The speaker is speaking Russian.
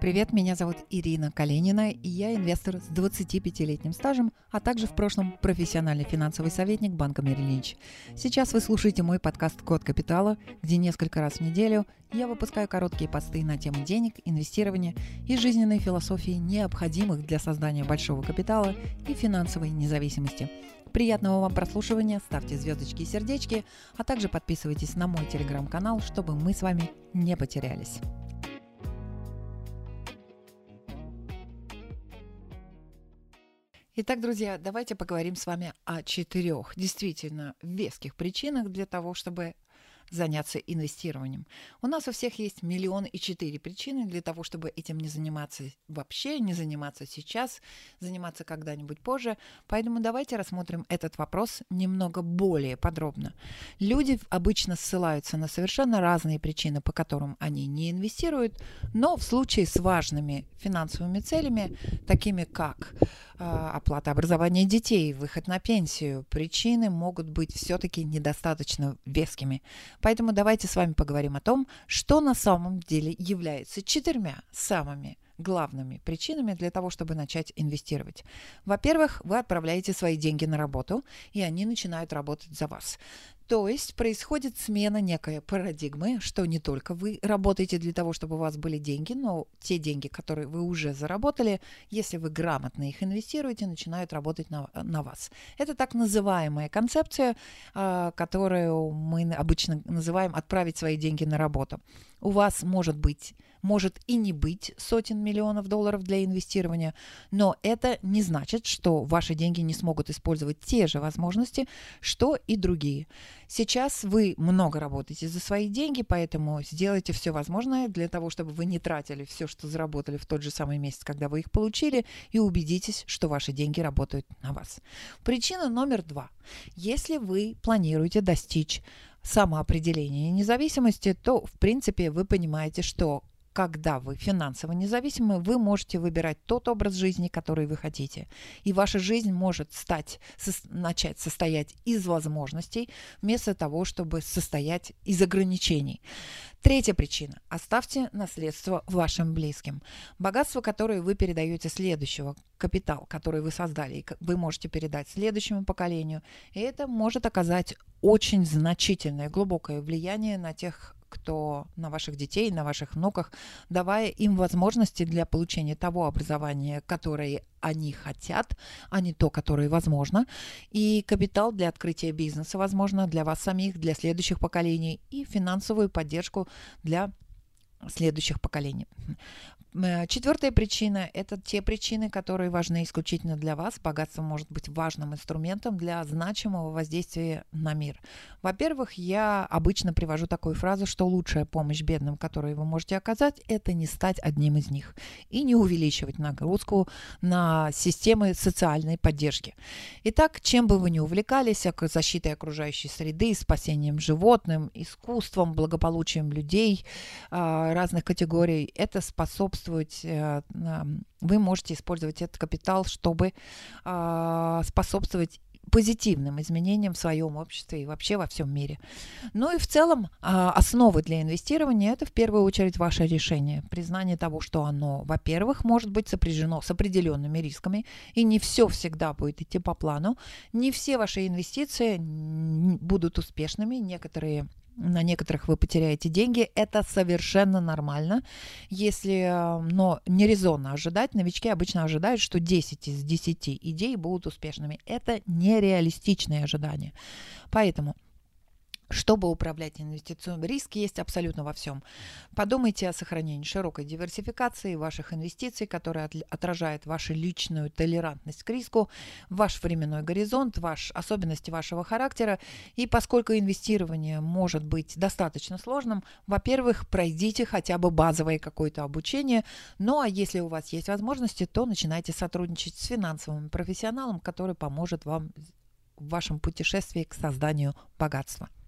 Привет, меня зовут Ирина Калинина, и я инвестор с 25-летним стажем, а также в прошлом профессиональный финансовый советник банка Merrill Lynch. Сейчас вы слушаете мой подкаст «Код капитала», где несколько раз в неделю я выпускаю короткие посты на тему денег, инвестирования и жизненной философии, необходимых для создания большого капитала и финансовой независимости. Приятного вам прослушивания, ставьте звездочки и сердечки, а также подписывайтесь на мой телеграм-канал, чтобы мы с вами не потерялись. Итак, друзья, давайте поговорим с вами о 4 действительно веских причинах для того, чтобы заняться инвестированием. У нас у всех есть 1 400 000 причины для того, чтобы этим не заниматься вообще, не заниматься сейчас, заниматься когда-нибудь позже. Поэтому давайте рассмотрим этот вопрос немного более подробно. Люди обычно ссылаются на совершенно разные причины, по которым они не инвестируют, но в случае с важными финансовыми целями, такими как оплата образования детей, выход на пенсию, причины могут быть все-таки недостаточно вескими. Поэтому давайте с вами поговорим о том, что на самом деле является 4 самыми главными причинами для того, чтобы начать инвестировать. Во-первых, вы отправляете свои деньги на работу, и они начинают работать за вас. То есть происходит смена некой парадигмы, что не только вы работаете для того, чтобы у вас были деньги, но те деньги, которые вы уже заработали, если вы грамотно их инвестируете, начинают работать на вас. Это так называемая концепция, которую мы обычно называем «отправить свои деньги на работу». У вас может и не быть сотен миллионов долларов для инвестирования, но это не значит, что ваши деньги не смогут использовать те же возможности, что и другие. Сейчас вы много работаете за свои деньги, поэтому сделайте все возможное для того, чтобы вы не тратили все, что заработали в тот же самый месяц, когда вы их получили, и убедитесь, что ваши деньги работают на вас. Причина номер 2. Если вы планируете достичь самоопределения и независимости, то, в принципе, вы понимаете, что когда вы финансово независимы, вы можете выбирать тот образ жизни, который вы хотите. И ваша жизнь может начать состоять из возможностей, вместо того, чтобы состоять из ограничений. 3 причина. Оставьте наследство вашим близким. Богатство, которое вы передаете следующему, капитал, который вы создали, вы можете передать следующему поколению. И это может оказать очень значительное, глубокое влияние на на ваших детей, на ваших внуках, давая им возможности для получения того образования, которое они хотят, а не то, которое возможно, и капитал для открытия бизнеса, возможно, для вас самих, для следующих поколений, и финансовую поддержку для следующих поколений. 4 причина – это те причины, которые важны исключительно для вас. Богатство может быть важным инструментом для значимого воздействия на мир. Во-первых, я обычно привожу такую фразу, что лучшая помощь бедным, которую вы можете оказать, это не стать одним из них и не увеличивать нагрузку на системы социальной поддержки. Итак, чем бы вы ни увлекались, защитой окружающей среды, спасением животным, искусством, благополучием людей разных категорий, это способствует. Вы можете использовать этот капитал, чтобы способствовать позитивным изменениям в своем обществе и вообще во всем мире. Ну и в целом основы для инвестирования – это в первую очередь ваше решение. Признание того, что оно, во-первых, может быть сопряжено с определенными рисками, и не все всегда будет идти по плану. Не все ваши инвестиции будут успешными, на некоторых вы потеряете деньги. Это совершенно нормально, но не резонно ожидать. Новички обычно ожидают, что 10 из 10 идей будут успешными. Это нереалистичные ожидания. Поэтому, чтобы управлять инвестиционным риском, есть абсолютно во всем. Подумайте о сохранении широкой диверсификации ваших инвестиций, которая отражает вашу личную толерантность к риску, ваш временной горизонт, особенности вашего характера. И поскольку инвестирование может быть достаточно сложным, во-первых, пройдите хотя бы базовое какое-то обучение. Ну а если у вас есть возможности, то начинайте сотрудничать с финансовым профессионалом, который поможет вам в вашем путешествии к созданию богатства.